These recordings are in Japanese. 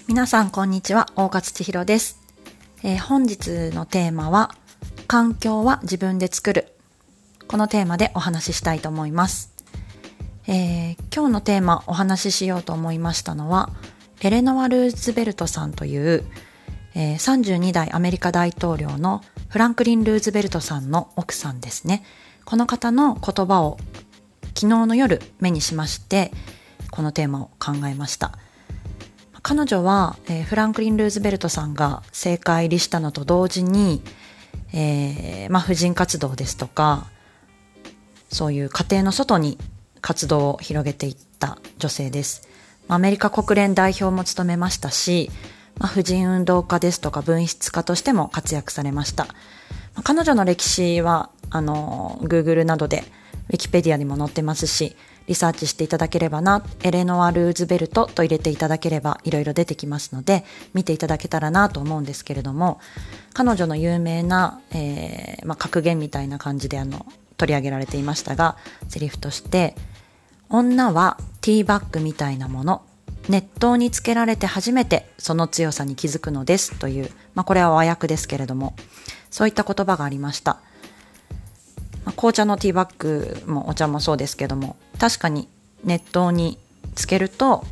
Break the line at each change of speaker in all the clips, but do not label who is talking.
皆さんこんにちは、大勝千尋です。本日のテーマは環境は自分で作る、このテーマでお話ししたいと思います。今日のテーマお話ししようと思いましたのはエレノア・ルーズベルトさんという、32代アメリカ大統領のフランクリン・ルーズベルトさんの奥さんですね。この方の言葉を昨日の夜目にしまして、このテーマを考えました。彼女は、フランクリン・ルーズベルトさんが政界入りしたのと同時に、婦人活動ですとか、そういう家庭の外に活動を広げていった女性です。アメリカ国連代表も務めましたし、婦人運動家ですとか文筆家としても活躍されました。彼女の歴史はGoogle などでウィキペディアにも載ってますし、リサーチしていただければな、エレノア・ルーズベルトと入れていただければいろいろ出てきますので、見ていただけたらなと思うんですけれども、彼女の有名な、格言みたいな感じで取り上げられていましたが、セリフとして、女はティーバッグみたいなもの、熱湯につけられて初めてその強さに気づくのですという、これは和訳ですけれども、そういった言葉がありました。紅茶のティーバッグもお茶もそうですけども、確かに熱湯につけると、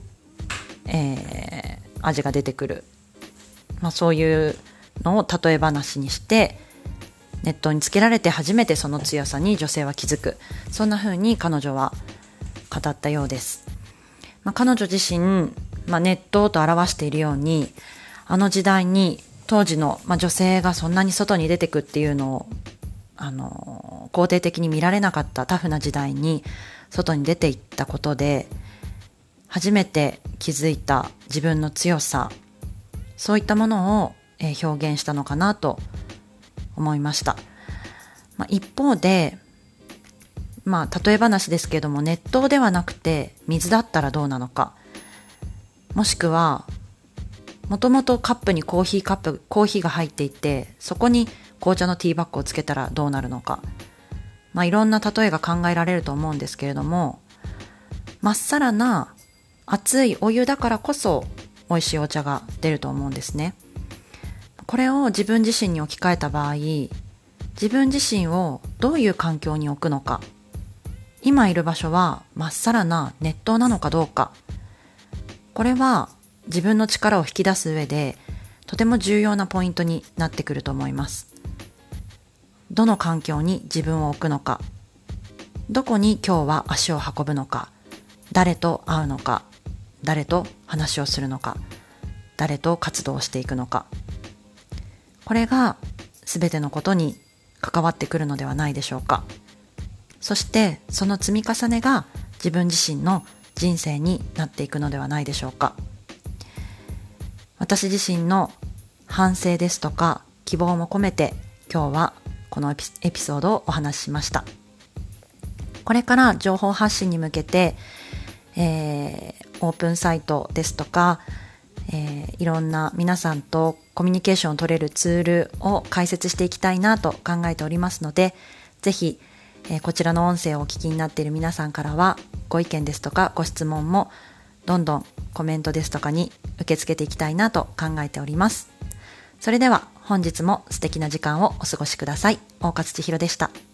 味が出てくる、そういうのを例え話にして、熱湯につけられて初めてその強さに女性は気づく、そんな風に彼女は語ったようです。彼女自身、熱湯と表しているように、あの時代に当時の、女性がそんなに外に出てくっていうのを肯定的に見られなかったタフな時代に外に出ていったことで初めて気づいた自分の強さ、そういったものを表現したのかなと思いました。一方で、例え話ですけども、熱湯ではなくて水だったらどうなのか、もしくはもともとカップにコーヒーが入っていて、そこに紅茶のティーバッグをつけたらどうなるのか、いろんな例えが考えられると思うんですけれども、まっさらな熱いお湯だからこそ美味しいお茶が出ると思うんですね。これを自分自身に置き換えた場合、自分自身をどういう環境に置くのか、今いる場所はまっさらな熱湯なのかどうか、これは自分の力を引き出す上でとても重要なポイントになってくると思います。どの環境に自分を置くのか、どこに今日は足を運ぶのか、誰と会うのか、誰と話をするのか、誰と活動していくのか、これが全てのことに関わってくるのではないでしょうか。そしてその積み重ねが自分自身の人生になっていくのではないでしょうか。私自身の反省ですとか希望も込めて、今日はこのエピソードをお話ししました。これから情報発信に向けて、オープンサイトですとか、いろんな皆さんとコミュニケーションを取れるツールを開設していきたいなと考えておりますので、ぜひ、こちらの音声をお聞きになっている皆さんからはご意見ですとかご質問もどんどんコメントですとかに受け付けていきたいなと考えております。それでは本日も素敵な時間をお過ごしください。大勝千尋でした。